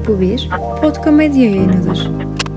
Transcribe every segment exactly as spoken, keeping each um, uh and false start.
Bu bir Podkomedya yayınıdır.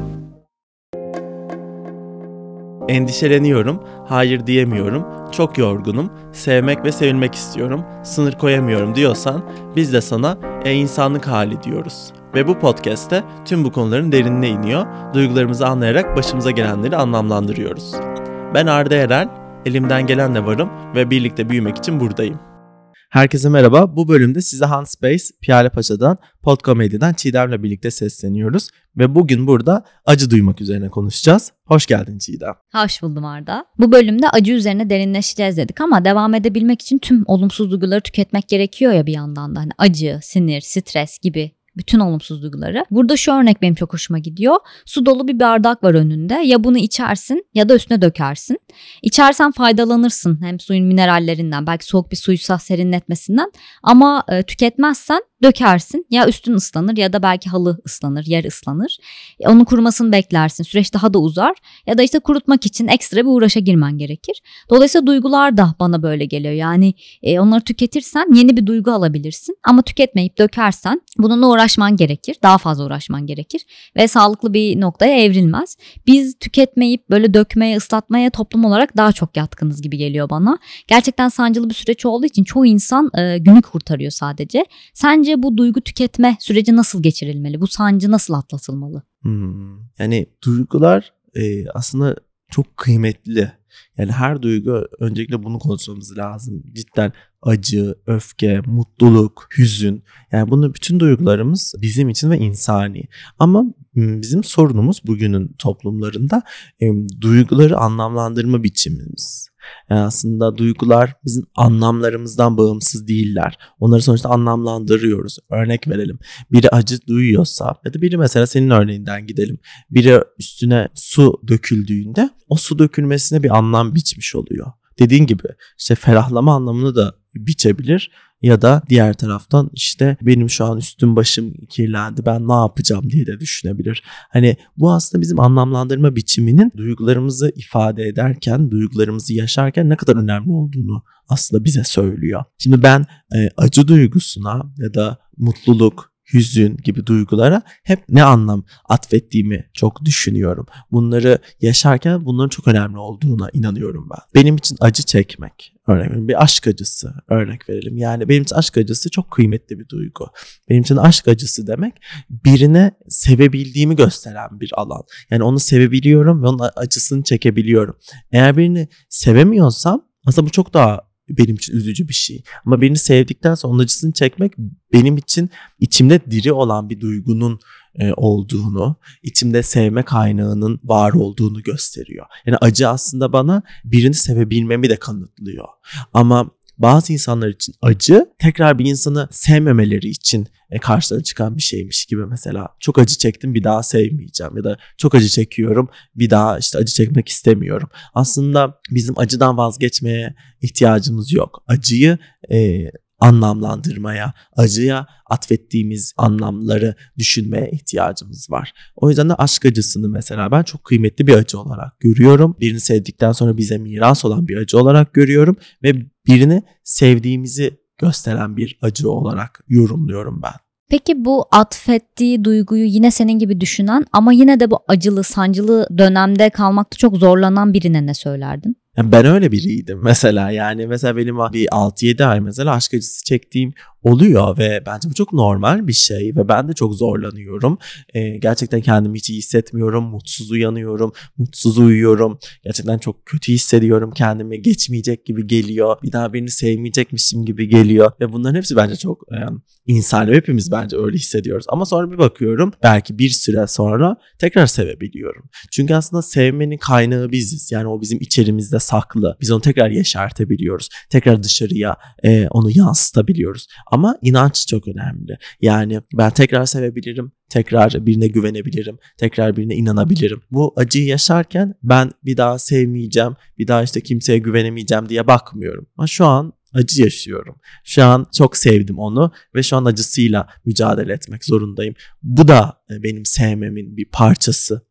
Endişeleniyorum, hayır diyemiyorum, çok yorgunum, sevmek ve sevilmek istiyorum, sınır koyamıyorum diyorsan biz de sana e-insanlık hali diyoruz. Ve bu podcast'te tüm bu konuların derinine iniyor, duygularımızı anlayarak başımıza gelenleri anlamlandırıyoruz. Ben Arda Erel, elimden gelenle varım ve birlikte büyümek için buradayım. Herkese merhaba, bu bölümde size Huntspace, Piyale Paşa'dan, Podkomedya'dan Çiğdem'le birlikte sesleniyoruz. Ve bugün burada acı duymak üzerine konuşacağız. Hoş geldin Çiğdem. Hoş buldum Arda. Bu bölümde acı üzerine derinleşeceğiz dedik ama devam edebilmek için tüm olumsuz duyguları tüketmek gerekiyor ya bir yandan da. Hani acı, sinir, stres gibi bütün olumsuz duyguları. Burada şu örnek benim çok hoşuma gidiyor. Su dolu bir bardak var önünde. Ya bunu içersin ya da üstüne dökersin. İçersen faydalanırsın hem suyun minerallerinden, belki soğuk bir suysa serinletmesinden. Ama e, tüketmezsen dökersin. Ya üstün ıslanır ya da belki halı ıslanır, yer ıslanır. E, onun kurumasını beklersin. Süreç daha da uzar. Ya da işte kurutmak için ekstra bir uğraşa girmen gerekir. Dolayısıyla duygular da bana böyle geliyor. Yani e, onları tüketirsen yeni bir duygu alabilirsin. Ama tüketmeyip dökersen bununla uğraşman gerekir. Daha fazla uğraşman gerekir. Ve sağlıklı bir noktaya evrilmez. Biz tüketmeyip böyle dökmeye, ıslatmaya toplum olarak daha çok yatkınız gibi geliyor bana. Gerçekten sancılı bir süreç olduğu için çoğu insan e, günü kurtarıyor sadece. Sence bu duygu tüketme süreci nasıl geçirilmeli? Bu sancı nasıl atlatılmalı? Hmm. Yani duygular e, aslında çok kıymetli. Yani her duygu, öncelikle bunu konuşmamız lazım. Cidden acı, öfke, mutluluk, hüzün. Yani bunun bütün duygularımız bizim için ve insani. Ama bizim sorunumuz bugünün toplumlarında e, duyguları anlamlandırma biçimimiz. Yani aslında duygular bizim anlamlarımızdan bağımsız değiller. Onları sonuçta anlamlandırıyoruz. Örnek verelim. Biri acı duyuyorsa ya da biri, mesela senin örneğinden gidelim. Biri üstüne su döküldüğünde o su dökülmesine bir anlam biçmiş oluyor. Dediğin gibi işte ferahlama anlamını da biçebilir. Ya da diğer taraftan işte benim şu an üstüm başım kirlendi, ben ne yapacağım diye de düşünebilir. Hani bu aslında bizim anlamlandırma biçiminin duygularımızı ifade ederken, duygularımızı yaşarken ne kadar önemli olduğunu aslında bize söylüyor. Şimdi ben e, acı duygusuna ya da mutluluk, hüzün gibi duygulara hep ne anlam atfettiğimi çok düşünüyorum. Bunları yaşarken bunların çok önemli olduğuna inanıyorum ben. Benim için acı çekmek, örnek verelim, bir aşk acısı örnek verelim. Yani benim için aşk acısı çok kıymetli bir duygu. Benim için aşk acısı demek birine sevebildiğimi gösteren bir alan. Yani onu sevebiliyorum ve onun acısını çekebiliyorum. Eğer birini sevemiyorsam aslında bu çok daha benim için üzücü bir şey. Ama birini sevdikten sonra onun acısını çekmek benim için içimde diri olan bir duygunun e, olduğunu, içimde sevme kaynağının var olduğunu gösteriyor. Yani acı aslında bana birini sevebilmemi de kanıtlıyor. Ama bazı insanlar için acı tekrar bir insanı sevmemeleri için e, karşılarına çıkan bir şeymiş gibi. Mesela çok acı çektim, bir daha sevmeyeceğim, ya da çok acı çekiyorum, bir daha işte acı çekmek istemiyorum. Aslında bizim acıdan vazgeçmeye ihtiyacımız yok. Acıyı e, anlamlandırmaya, acıya atfettiğimiz anlamları düşünmeye ihtiyacımız var. O yüzden de aşk acısını mesela ben çok kıymetli bir acı olarak görüyorum. Birini sevdikten sonra bize miras olan bir acı olarak görüyorum ve birini sevdiğimizi gösteren bir acı olarak yorumluyorum ben. Peki bu atfettiği duyguyu yine senin gibi düşünen ama yine de bu acılı, sancılı dönemde kalmakta çok zorlanan birine ne söylerdin? Yani ben öyle biriydim mesela. Yani mesela benim bir altı yedi ay mesela aşk acısı çektiğim oluyor ve bence bu çok normal bir şey ve ben de çok zorlanıyorum. Ee, gerçekten kendimi hiç iyi hissetmiyorum, mutsuz uyanıyorum, mutsuz uyuyorum. Gerçekten çok kötü hissediyorum kendimi, geçmeyecek gibi geliyor. Bir daha birini sevmeyecekmişim gibi geliyor ve bunların hepsi bence çok e, insani, hepimiz bence öyle hissediyoruz. Ama sonra bir bakıyorum, belki bir süre sonra tekrar sevebiliyorum. Çünkü aslında sevmenin kaynağı biziz. Yani o bizim içerimizde saklı. Biz onu tekrar yeşertebiliyoruz. Tekrar dışarıya e, onu yansıtabiliyoruz. Ama inanç çok önemli. Yani ben tekrar sevebilirim, tekrar birine güvenebilirim, tekrar birine inanabilirim. Bu acıyı yaşarken ben bir daha sevmeyeceğim, bir daha işte kimseye güvenemeyeceğim diye bakmıyorum. Ama şu an acı yaşıyorum. Şu an çok sevdim onu ve şu an acısıyla mücadele etmek zorundayım. Bu da benim sevmemin bir parçası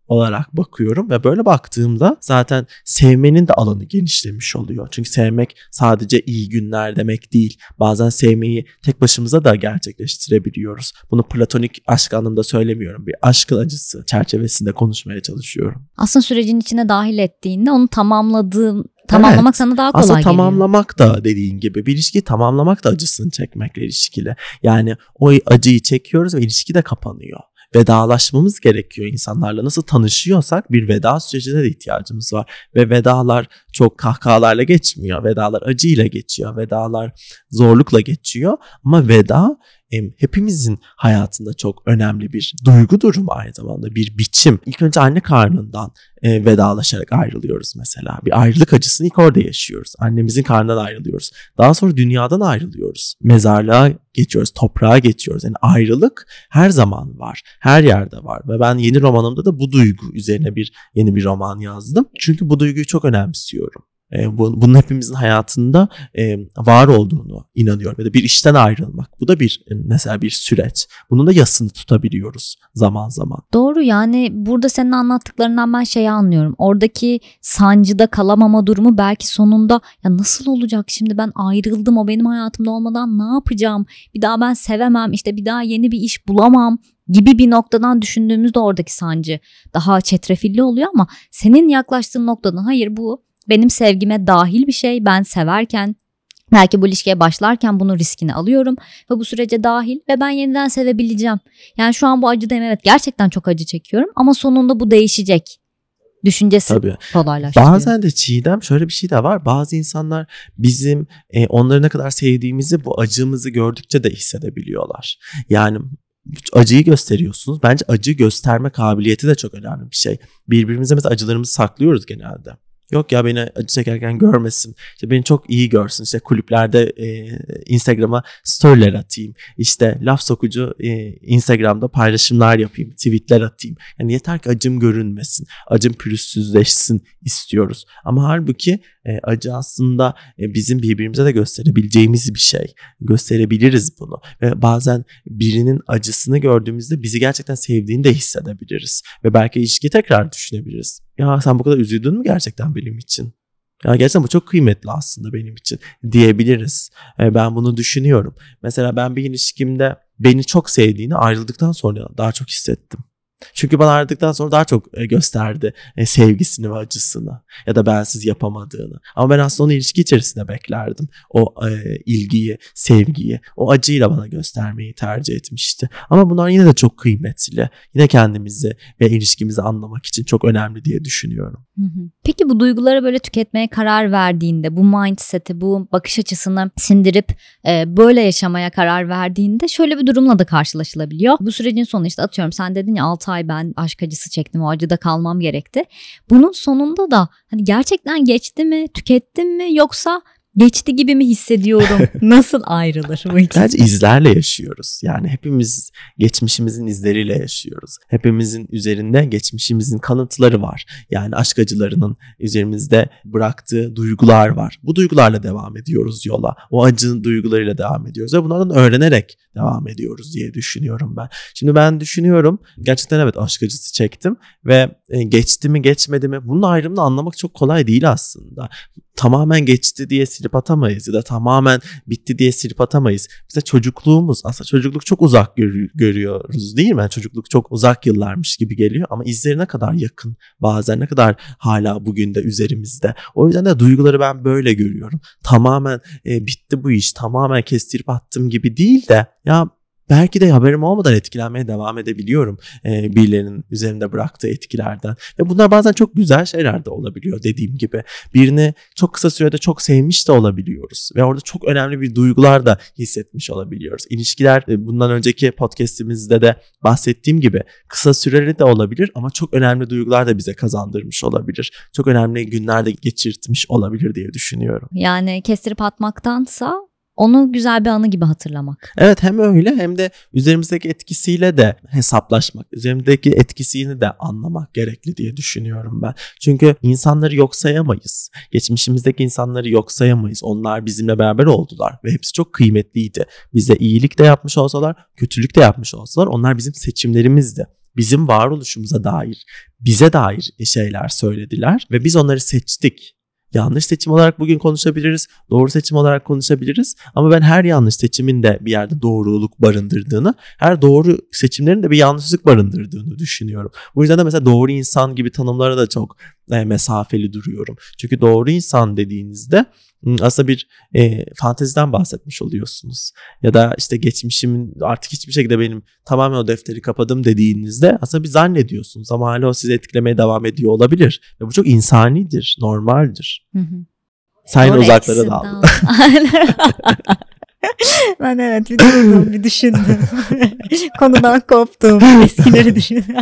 olarak bakıyorum ve böyle baktığımda zaten sevmenin de alanı genişlemiş oluyor. Çünkü sevmek sadece iyi günler demek değil. Bazen sevmeyi tek başımıza da gerçekleştirebiliyoruz. Bunu platonik aşk anlamında söylemiyorum. Bir aşkın acısı çerçevesinde konuşmaya çalışıyorum. Aslında sürecin içine dahil ettiğinde onu tamamladığım Tamamlamak evet. sana daha kolay Aslında geliyor. tamamlamak da dediğin gibi bir ilişkiyi tamamlamak da acısını çekmekle ilişkili. Yani o acıyı çekiyoruz ve ilişki de kapanıyor. Vedalaşmamız gerekiyor insanlarla. Nasıl tanışıyorsak bir veda sürecine de ihtiyacımız var. Ve vedalar çok kahkahalarla geçmiyor. Vedalar acıyla geçiyor. Vedalar zorlukla geçiyor. Ama veda hepimizin hayatında çok önemli bir duygu durumu, aynı zamanda bir biçim. İlk önce anne karnından e, vedalaşarak ayrılıyoruz mesela. Bir ayrılık acısını ilk orada yaşıyoruz. Annemizin karnından ayrılıyoruz. Daha sonra dünyadan ayrılıyoruz. Mezarlığa geçiyoruz, toprağa geçiyoruz. Yani ayrılık her zaman var. Her yerde var. Ve ben yeni romanımda da bu duygu üzerine bir yeni bir roman yazdım. Çünkü bu duyguyu çok önemsiyorum. E, bu, bunun hepimizin hayatında e, var olduğunu inanıyorum. Ya da bir işten ayrılmak. Bu da bir e, mesela bir süreç. Bunun da yasını tutabiliyoruz zaman zaman. Doğru, yani burada senin anlattıklarından ben şeyi anlıyorum. Oradaki sancıda kalamama durumu belki sonunda ya nasıl olacak şimdi, ben ayrıldım, o benim hayatımda olmadan ne yapacağım? Bir daha ben sevemem, işte bir daha yeni bir iş bulamam gibi bir noktadan düşündüğümüzde oradaki sancı daha çetrefilli oluyor, ama senin yaklaştığın noktadan hayır, bu benim sevgime dahil bir şey. Ben severken, belki bu ilişkiye başlarken bunun riskini alıyorum ve bu sürece dahil ve ben yeniden sevebileceğim. Yani şu an bu acıdayım, evet, gerçekten çok acı çekiyorum ama sonunda bu değişecek düşüncesi Tabii. kolaylaştırıyor. Bazen de Çiğdem şöyle bir şey de var. Bazı insanlar bizim e, onları ne kadar sevdiğimizi bu acımızı gördükçe de hissedebiliyorlar. Yani acıyı gösteriyorsunuz. Bence acı gösterme kabiliyeti de çok önemli bir şey. Birbirimize mesela acılarımızı saklıyoruz genelde. Yok ya, beni acı çekerken görmesin. İşte beni çok iyi görsün. İşte kulüplerde e, Instagram'a storyler atayım. İşte laf sokucu e, Instagram'da paylaşımlar yapayım. Tweetler atayım. Yani yeter ki acım görünmesin. Acım pürüzsüzleşsin istiyoruz. Ama halbuki e, acı aslında e, bizim birbirimize de gösterebileceğimiz bir şey. Gösterebiliriz bunu. Ve bazen birinin acısını gördüğümüzde bizi gerçekten sevdiğini de hissedebiliriz. Ve belki ilişkiyi tekrar düşünebiliriz. Ya sen bu kadar üzüldün mü gerçekten benim için? Ya gerçekten bu çok kıymetli aslında benim için diyebiliriz. Ben bunu düşünüyorum. Mesela ben bir ilişkimde beni çok sevdiğini ayrıldıktan sonra daha çok hissettim. Çünkü bana ayrıldıktan sonra daha çok gösterdi sevgisini ve acısını ya da bensiz yapamadığını. Ama ben aslında onu ilişki içerisinde beklerdim. O e, ilgiyi, sevgiyi, o acıyla bana göstermeyi tercih etmişti. Ama bunlar yine de çok kıymetli. Yine kendimizi ve ilişkimizi anlamak için çok önemli diye düşünüyorum. Hı hı. Peki bu duyguları böyle tüketmeye karar verdiğinde, bu mindset'i, bu bakış açısını sindirip e, böyle yaşamaya karar verdiğinde şöyle bir durumla da karşılaşılabiliyor. Bu sürecin sonu, işte atıyorum sen dedin ya, altı ay ben aşk acısı çektim, o acıda kalmam gerekti. Bunun sonunda da hani gerçekten geçti mi, tükettim mi, yoksa geçti gibi mi hissediyorum? Nasıl ayrılır bu ikisi? Bence izlerle yaşıyoruz. Yani hepimiz geçmişimizin izleriyle yaşıyoruz. Hepimizin üzerinde geçmişimizin kanıtları var. Yani aşk acılarının üzerimizde bıraktığı duygular var. Bu duygularla devam ediyoruz yola. O acı duygularıyla devam ediyoruz ve bunlardan öğrenerek devam ediyoruz diye düşünüyorum ben. Şimdi ben düşünüyorum, gerçekten evet aşk acısı çektim ve geçti mi geçmedi mi, bunun ayrımını anlamak çok kolay değil aslında. Tamamen geçti diye silip atamayız ya da tamamen bitti diye silip atamayız. Mesela çocukluğumuz, aslında çocukluk çok uzak gör- görüyoruz değil mi? Yani çocukluk çok uzak yıllarmış gibi geliyor ama izleri ne kadar yakın, bazen ne kadar hala bugün de üzerimizde. O yüzden de duyguları ben böyle görüyorum. Tamamen e, bitti bu iş, tamamen kestirip attım gibi değil de ya belki de haberim olmadan etkilenmeye devam edebiliyorum e, birilerinin üzerinde bıraktığı etkilerden. Ve bunlar bazen çok güzel şeyler de olabiliyor dediğim gibi. Birini çok kısa sürede çok sevmiş de olabiliyoruz. Ve orada çok önemli bir duygular da hissetmiş olabiliyoruz. İlişkiler, e, bundan önceki podcastimizde de bahsettiğim gibi kısa süreli de olabilir ama çok önemli duygular da bize kazandırmış olabilir. Çok önemli günler de geçirtmiş olabilir diye düşünüyorum. Yani kestirip atmaktansa onu güzel bir anı gibi hatırlamak. Evet, hem öyle hem de üzerimizdeki etkisiyle de hesaplaşmak, üzerimizdeki etkisini de anlamak gerekli diye düşünüyorum ben. Çünkü insanları yok sayamayız. Geçmişimizdeki insanları yok sayamayız. Onlar bizimle beraber oldular ve hepsi çok kıymetliydi. Bize iyilik de yapmış olsalar, kötülük de yapmış olsalar onlar bizim seçimlerimizdi. bizim varoluşumuza dair, bize dair şeyler söylediler ve biz onları seçtik. Yanlış seçim olarak bugün konuşabiliriz, doğru seçim olarak konuşabiliriz ama ben her yanlış seçimin de bir yerde doğruluk barındırdığını, her doğru seçimlerin de bir yanlışlık barındırdığını düşünüyorum. Bu yüzden de mesela doğru insan gibi tanımlara da çok e, mesafeli duruyorum. Çünkü doğru insan dediğinizde aslında bir e, fanteziden bahsetmiş oluyorsunuz. Ya da işte geçmişimin artık hiçbir şekilde benim tamamen o defteri kapadım dediğinizde aslında bir zannediyorsunuz ama hala o sizi etkilemeye devam ediyor olabilir. Ve bu çok insanidir, normaldir. Hı hı. Sen yine uzaklara daldın. Ben evet bir durdum, bir düşündüm. Konudan koptum. Eskileri düşündüm.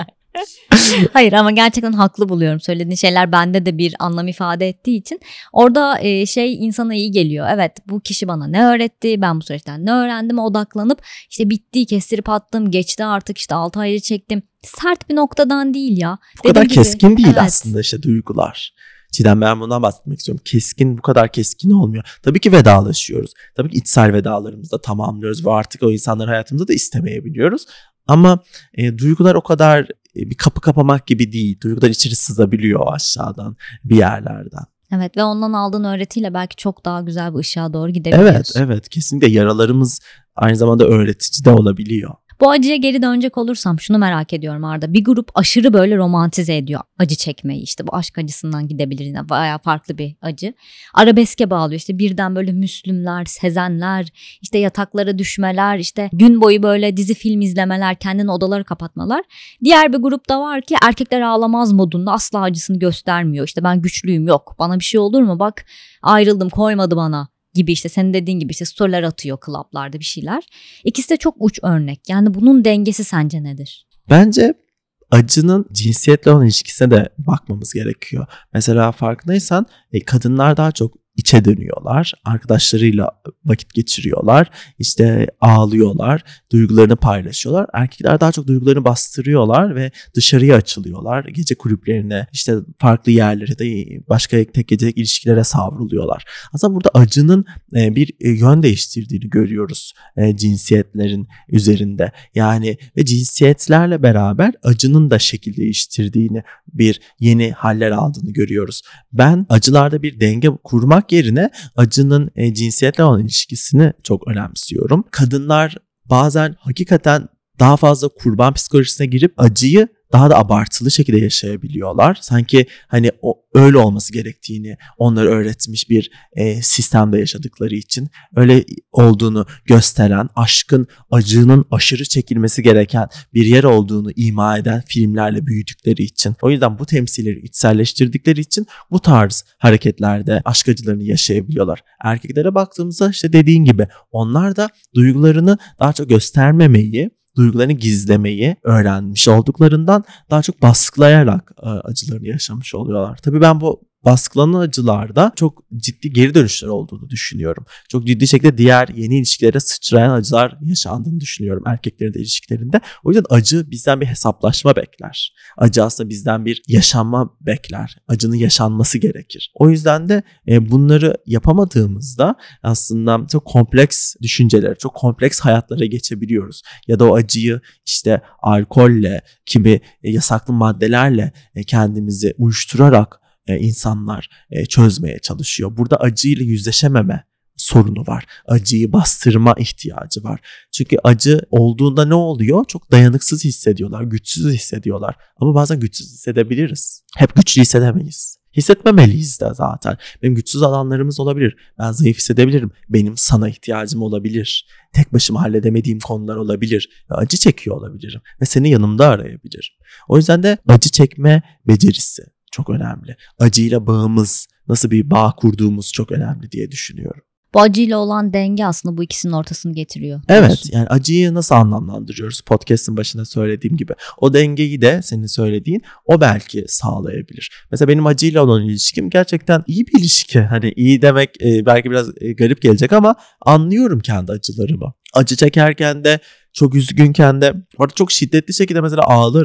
Hayır ama gerçekten haklı buluyorum. Söylediğin şeyler bende de bir anlam ifade ettiği için. Orada e, şey insana iyi geliyor. Evet, bu kişi bana ne öğretti? Ben bu süreçten ne öğrendim? Odaklanıp işte bitti, kestirip attım, geçti artık, işte altı ayı çektim. Sert bir noktadan değil ya. Bu Dediğim kadar gibi, keskin değil evet. Aslında işte duygular. Çiğdem, ben bundan bahsetmek istiyorum. Keskin, bu kadar keskin olmuyor. Tabii ki vedalaşıyoruz. Tabii ki içsel vedalarımızı da tamamlıyoruz ve artık o insanları hayatımızda da istemeyebiliyoruz. Ama e, duygular o kadar e, bir kapı kapamak gibi değil. Duygular içeri sızabiliyor aşağıdan, bir yerlerden. Evet ve ondan aldığın öğretiyle belki çok daha güzel bir ışığa doğru gidebiliyorsun. Evet, evet. Kesinlikle yaralarımız aynı zamanda öğretici de olabiliyor. Bu acıya geri dönecek olursam şunu merak ediyorum Arda. Bir grup aşırı böyle romantize ediyor acı çekmeyi. İşte bu aşk acısından gidebilir yine, bayağı farklı bir acı. Arabeske bağlıyor, işte birden böyle Müslümler, Sezenler, işte yataklara düşmeler, işte gün boyu böyle dizi film izlemeler, kendini odaları kapatmalar. Diğer bir grup da var ki erkekler ağlamaz modunda, asla acısını göstermiyor. İşte ben güçlüyüm, yok bana bir şey olur mu, bak ayrıldım, koymadı bana gibi, işte senin dediğin gibi işte storyler atıyor klaplarda, bir şeyler. İkisi de çok uç örnek. Yani bunun dengesi sence nedir? Bence acının cinsiyetle olan ilişkisine de bakmamız gerekiyor. Mesela farkındaysan kadınlar daha çok içe dönüyorlar. Arkadaşlarıyla vakit geçiriyorlar. İşte ağlıyorlar. Duygularını paylaşıyorlar. Erkekler daha çok duygularını bastırıyorlar ve dışarıya açılıyorlar. Gece kulüplerine, işte farklı yerlere de başka tek gecelik ilişkilere savruluyorlar. Aslında burada acının bir yön değiştirdiğini görüyoruz cinsiyetlerin üzerinde. Yani ve cinsiyetlerle beraber acının da şekil değiştirdiğini, bir yeni haller aldığını görüyoruz. Ben acılarda bir denge kurmak yerine acının e, cinsiyetle olan ilişkisini çok önemsiyorum. Kadınlar bazen hakikaten daha fazla kurban psikolojisine girip acıyı daha da abartılı şekilde yaşayabiliyorlar. Sanki hani o öyle olması gerektiğini onları öğretmiş bir e, sistemde yaşadıkları için, öyle olduğunu gösteren, aşkın, acının aşırı çekilmesi gereken bir yer olduğunu ima eden filmlerle büyüdükleri için. O yüzden bu temsilleri içselleştirdikleri için bu tarz hareketlerde aşk acılarını yaşayabiliyorlar. Erkeklere baktığımızda işte dediğin gibi onlar da duygularını daha çok göstermemeyi, duygularını gizlemeyi öğrenmiş olduklarından daha çok baskılayarak acılarını yaşamış oluyorlar. Tabii ben bu baskılanan acılarda çok ciddi geri dönüşler olduğunu düşünüyorum. Çok ciddi şekilde diğer yeni ilişkilere sıçrayan acılar yaşandığını düşünüyorum erkeklerin de ilişkilerinde. O yüzden acı bizden bir hesaplaşma bekler. Acı aslında bizden bir yaşanma bekler. Acının yaşanması gerekir. O yüzden de bunları yapamadığımızda aslında çok kompleks düşüncelere, çok kompleks hayatlara geçebiliyoruz. Ya da o acıyı işte alkolle, kimi yasaklı maddelerle kendimizi uyuşturarak insanlar çözmeye çalışıyor. Burada acıyla yüzleşememe sorunu var. Acıyı bastırma ihtiyacı var. Çünkü acı olduğunda ne oluyor? Çok dayanıksız hissediyorlar, güçsüz hissediyorlar. Ama bazen güçsüz hissedebiliriz. Hep güçlü hissedemeyiz. Hissetmemeliyiz de zaten. Benim güçsüz alanlarımız olabilir. Ben zayıf hissedebilirim. Benim sana ihtiyacım olabilir. Tek başıma halledemediğim konular olabilir. Ve acı çekiyor olabilirim. Ve seni yanımda arayabilirim. O yüzden de acı çekme becerisi çok önemli. Acıyla bağımız, nasıl bir bağ kurduğumuz çok önemli diye düşünüyorum. Bu acıyla olan denge aslında bu ikisinin ortasını getiriyor. Evet diyorsun. Yani acıyı nasıl anlamlandırıyoruz? Podcast'ın başında söylediğim gibi. O dengeyi de senin söylediğin o belki sağlayabilir. Mesela benim acıyla olan ilişkim gerçekten iyi bir ilişki. Hani iyi demek e, belki biraz e, garip gelecek ama anlıyorum kendi acılarımı. Acı çekerken de, çok üzgünken de, orada çok şiddetli şekilde mesela ağlarım.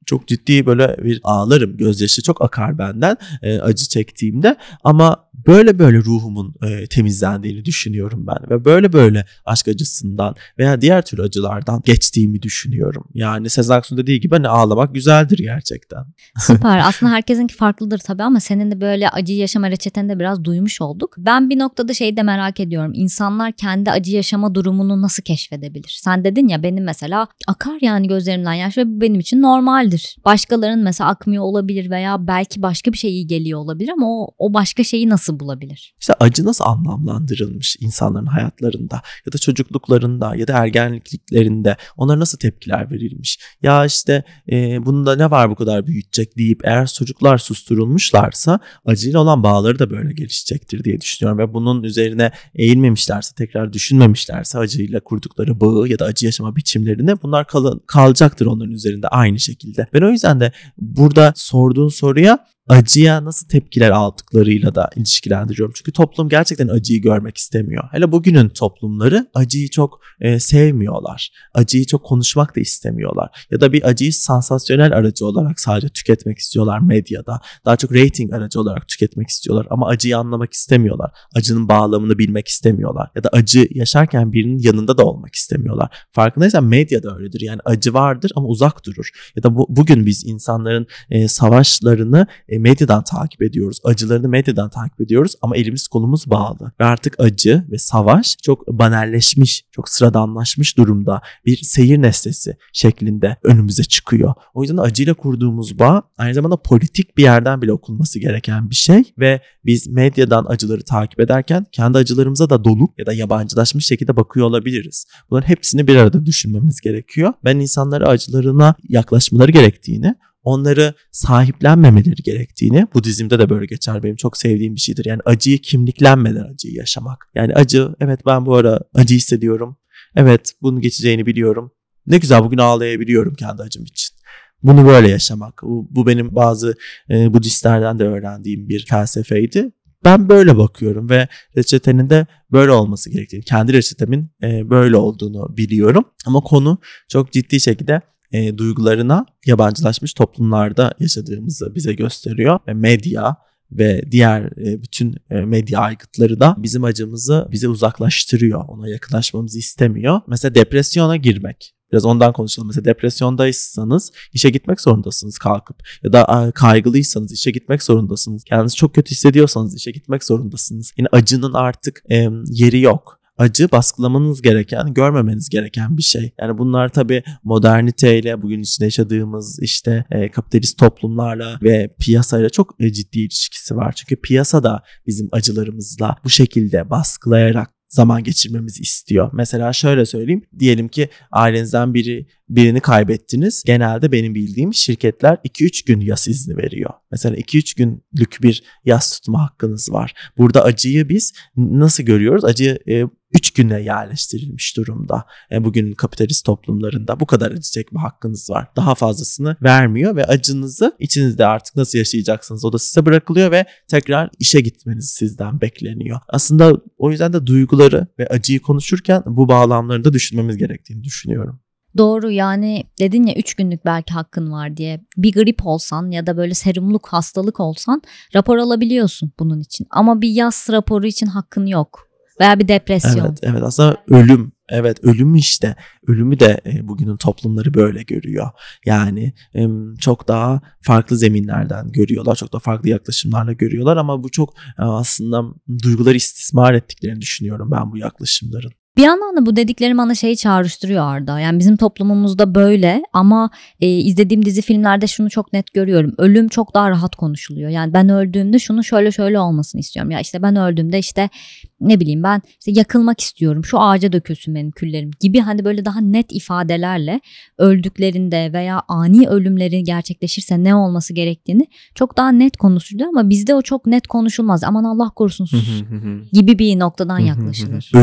çok ciddi böyle bir ağlarım. Gözyaşı çok akar benden e, acı çektiğimde. Ama böyle böyle ruhumun e, temizlendiğini düşünüyorum ben. Ve böyle böyle aşk acısından veya diğer tür acılardan geçtiğimi düşünüyorum. Yani Sezen Aksu'nun dediği gibi hani ağlamak güzeldir gerçekten. Süper. Aslında herkesinki farklıdır tabii ama senin de böyle acıyı yaşama reçeteni de biraz duymuş olduk. Ben bir noktada şeyi de merak ediyorum. İnsanlar kendi acı yaşama durumunu nasıl keşfedebilir? Sen dedin ya, benim mesela akar yani gözlerimden yaş ve bu benim için normaldir. Başkalarının mesela akmıyor olabilir veya belki başka bir şey iyi geliyor olabilir ama o, o başka şeyi nasıl bulabilir? İşte acı nasıl anlamlandırılmış insanların hayatlarında ya da çocukluklarında ya da ergenliklerinde, onlara nasıl tepkiler verilmiş? Ya işte e, bunda ne var bu kadar büyütecek deyip eğer çocuklar susturulmuşlarsa acıyla olan bağları da böyle gelişecektir diye düşünüyorum. Ve bunun üzerine eğilmemişlerse, tekrar düşünmemişlerse acıyla kurdukları bağı ya da acı yaşama biçimlerini, bunlar kal- kalacaktır onların üzerinde aynı şekilde. Ben o yüzden de burada sorduğun soruya acıya nasıl tepkiler aldıklarıyla da ilişkilendiriyorum. Çünkü toplum gerçekten acıyı görmek istemiyor. Hele bugünün toplumları acıyı çok e, sevmiyorlar. Acıyı çok konuşmak da istemiyorlar. Ya da bir acıyı sansasyonel aracı olarak sadece tüketmek istiyorlar medyada. Daha çok rating aracı olarak tüketmek istiyorlar. Ama acıyı anlamak istemiyorlar. Acının bağlamını bilmek istemiyorlar. Ya da acı yaşarken birinin yanında da olmak istemiyorlar. Farkındaysan medyada öyledir. Yani acı vardır ama uzak durur. Ya da bu, bugün biz insanların e, savaşlarını e, medyadan takip ediyoruz. Acılarını medyadan takip ediyoruz ama elimiz kolumuz bağlı. Ve artık acı ve savaş çok banalleşmiş, çok sıradanlaşmış durumda. Bir seyir nesnesi şeklinde önümüze çıkıyor. O yüzden acıyla kurduğumuz bağ aynı zamanda politik bir yerden bile okunması gereken bir şey. Ve biz medyadan acıları takip ederken kendi acılarımıza da dolup ya da yabancılaşmış şekilde bakıyor olabiliriz. Bunların hepsini bir arada düşünmemiz gerekiyor. Ben insanlara acılarına yaklaşmaları gerektiğini, onları sahiplenmemeleri gerektiğini, Budizm'de de böyle geçer, benim çok sevdiğim bir şeydir. Yani acıyı kimliklenmeden acıyı yaşamak. Yani acı, evet ben bu ara acı hissediyorum. Evet bunun geçeceğini biliyorum. Ne güzel, bugün ağlayabiliyorum kendi acım için. Bunu böyle yaşamak. Bu, bu benim bazı e, Budistlerden de öğrendiğim bir felsefeydi. Ben böyle bakıyorum ve reçetenin de böyle olması gerektiğini, kendi reçetemin e, böyle olduğunu biliyorum. Ama konu çok ciddi şekilde E, duygularına yabancılaşmış toplumlarda yaşadığımızı bize gösteriyor. Ve medya ve diğer e, bütün e, medya aygıtları da bizim acımızı bize uzaklaştırıyor. Ona yakınlaşmamızı istemiyor. Mesela depresyona girmek. Biraz ondan konuşalım. Mesela depresyondaysanız işe gitmek zorundasınız kalkıp. Ya da kaygılıysanız işe gitmek zorundasınız. Kendinizi çok kötü hissediyorsanız işe gitmek zorundasınız. Yine acının artık e, yeri yok. Acı baskılamanız gereken, görmemeniz gereken bir şey. Yani bunlar tabii moderniteyle, bugün içinde yaşadığımız işte e, kapitalist toplumlarla ve piyasayla çok e, ciddi ilişkisi var. Çünkü piyasa da bizim acılarımızla bu şekilde baskılayarak zaman geçirmemizi istiyor. Mesela şöyle söyleyeyim. Diyelim ki ailenizden biri birini kaybettiniz. Genelde benim bildiğim şirketler iki üç gün yas izni veriyor. Mesela iki üç günlük bir yas tutma hakkınız var. Burada acıyı biz nasıl görüyoruz? Acı e, üç güne yerleştirilmiş durumda. Yani bugün kapitalist toplumlarında bu kadar acı çekme hakkınız var. Daha fazlasını vermiyor ve acınızı içinizde artık nasıl yaşayacaksınız o da size bırakılıyor ve tekrar işe gitmeniz sizden bekleniyor. Aslında o yüzden de duyguları ve acıyı konuşurken bu bağlamlarını da düşünmemiz gerektiğini düşünüyorum. Doğru, yani dedin ya üç günlük belki hakkın var diye. Bir grip olsan ya da böyle serumluk hastalık olsan rapor alabiliyorsun bunun için. Ama bir yas raporu için hakkın yok. Veya bir depresyon. Evet, evet aslında ölüm. Evet ölüm işte. Ölümü de e, bugünün toplumları böyle görüyor. Yani e, çok daha farklı zeminlerden görüyorlar. Çok daha farklı yaklaşımlarla görüyorlar ama bu çok e, aslında duyguları istismar ettiklerini düşünüyorum ben bu yaklaşımların. Bir yandan da bu dediklerim bana şeyi çağrıştırıyor Arda. Yani bizim toplumumuzda böyle ama e, izlediğim dizi filmlerde şunu çok net görüyorum. Ölüm çok daha rahat konuşuluyor. Yani ben öldüğümde şunu şöyle şöyle olmasını istiyorum. Ya işte ben öldüğümde işte ne bileyim ben işte yakılmak istiyorum. Şu ağaca dökülsün benim küllerim gibi hani böyle daha net ifadelerle öldüklerinde veya ani ölümleri gerçekleşirse ne olması gerektiğini çok daha net konuşuluyor ama bizde o çok net konuşulmaz. Aman Allah korusun sus gibi bir noktadan yaklaşılır. Ölüm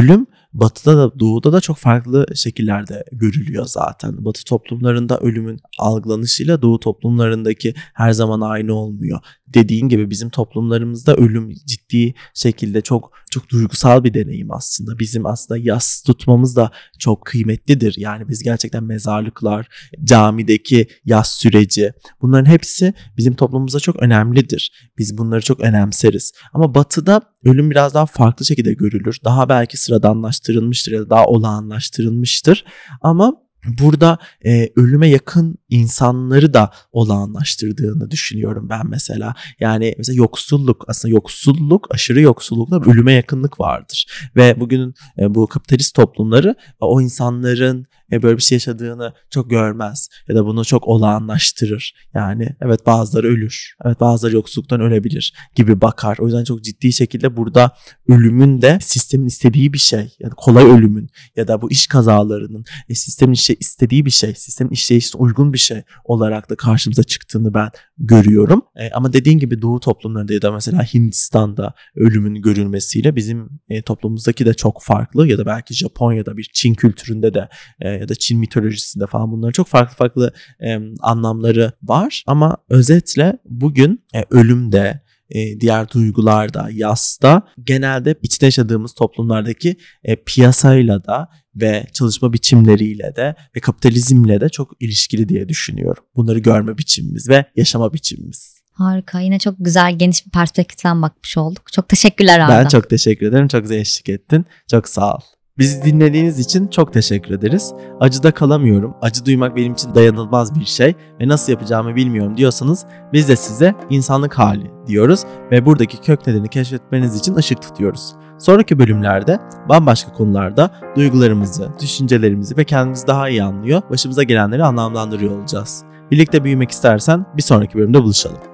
Batı'da da Doğu'da da çok farklı şekillerde görülüyor zaten. Batı toplumlarında ölümün algılanışıyla Doğu toplumlarındaki her zaman aynı olmuyor. Dediğin gibi bizim toplumlarımızda ölüm ciddi şekilde çok çok duygusal bir deneyim aslında. Bizim aslında yas tutmamız da çok kıymetlidir. Yani biz gerçekten mezarlıklar, camideki yas süreci, bunların hepsi bizim toplumumuzda çok önemlidir. Biz bunları çok önemseriz. Ama Batı'da ölüm biraz daha farklı şekilde görülür. Daha belki sıradanlaştırılmıştır ya da daha olağanlaştırılmıştır. Ama burada e, ölüme yakın insanları da olağanlaştırdığını düşünüyorum ben mesela. Yani mesela yoksulluk, aslında yoksulluk, aşırı yoksullukla ölüme yakınlık vardır. Ve bugünün e, bu kapitalist toplumları e, o insanların e, böyle bir şey yaşadığını çok görmez ya da bunu çok olağanlaştırır. Yani evet bazıları ölür, evet bazıları yoksulluktan ölebilir gibi bakar. O yüzden çok ciddi şekilde burada ölümün de sistemin istediği bir şey, yani kolay ölümün ya da bu iş kazalarının e, sistemin işte istediği bir şey, sistemin işleyişine uygun bir şey olarak da karşımıza çıktığını ben görüyorum. E, ama dediğin gibi Doğu toplumlarında ya da mesela Hindistan'da ölümün görülmesiyle bizim e, toplumumuzdaki de çok farklı ya da belki Japonya'da bir Çin kültüründe de e, ya da Çin mitolojisinde falan bunların çok farklı farklı e, anlamları var. Ama özetle bugün e, ölümde, e, diğer duygularda, yasta genelde içte yaşadığımız toplumlardaki e, piyasayla da ve çalışma biçimleriyle de ve kapitalizmle de çok ilişkili diye düşünüyorum. Bunları görme biçimimiz ve yaşama biçimimiz. Harika. Yine çok güzel, geniş bir perspektiften bakmış olduk. Çok teşekkürler Arda. Ben çok teşekkür ederim. Çok güzel eşlik ettin. Çok sağ ol. Bizi dinlediğiniz için çok teşekkür ederiz. Acıda kalamıyorum. Acı duymak benim için dayanılmaz bir şey ve nasıl yapacağımı bilmiyorum diyorsanız biz de size insanlık hali diyoruz ve buradaki kök nedeni keşfetmeniz için ışık tutuyoruz. Sonraki bölümlerde bambaşka konularda duygularımızı, düşüncelerimizi ve kendimizi daha iyi anlıyor, başımıza gelenleri anlamlandırıyor olacağız. Birlikte büyümek istersen bir sonraki bölümde buluşalım.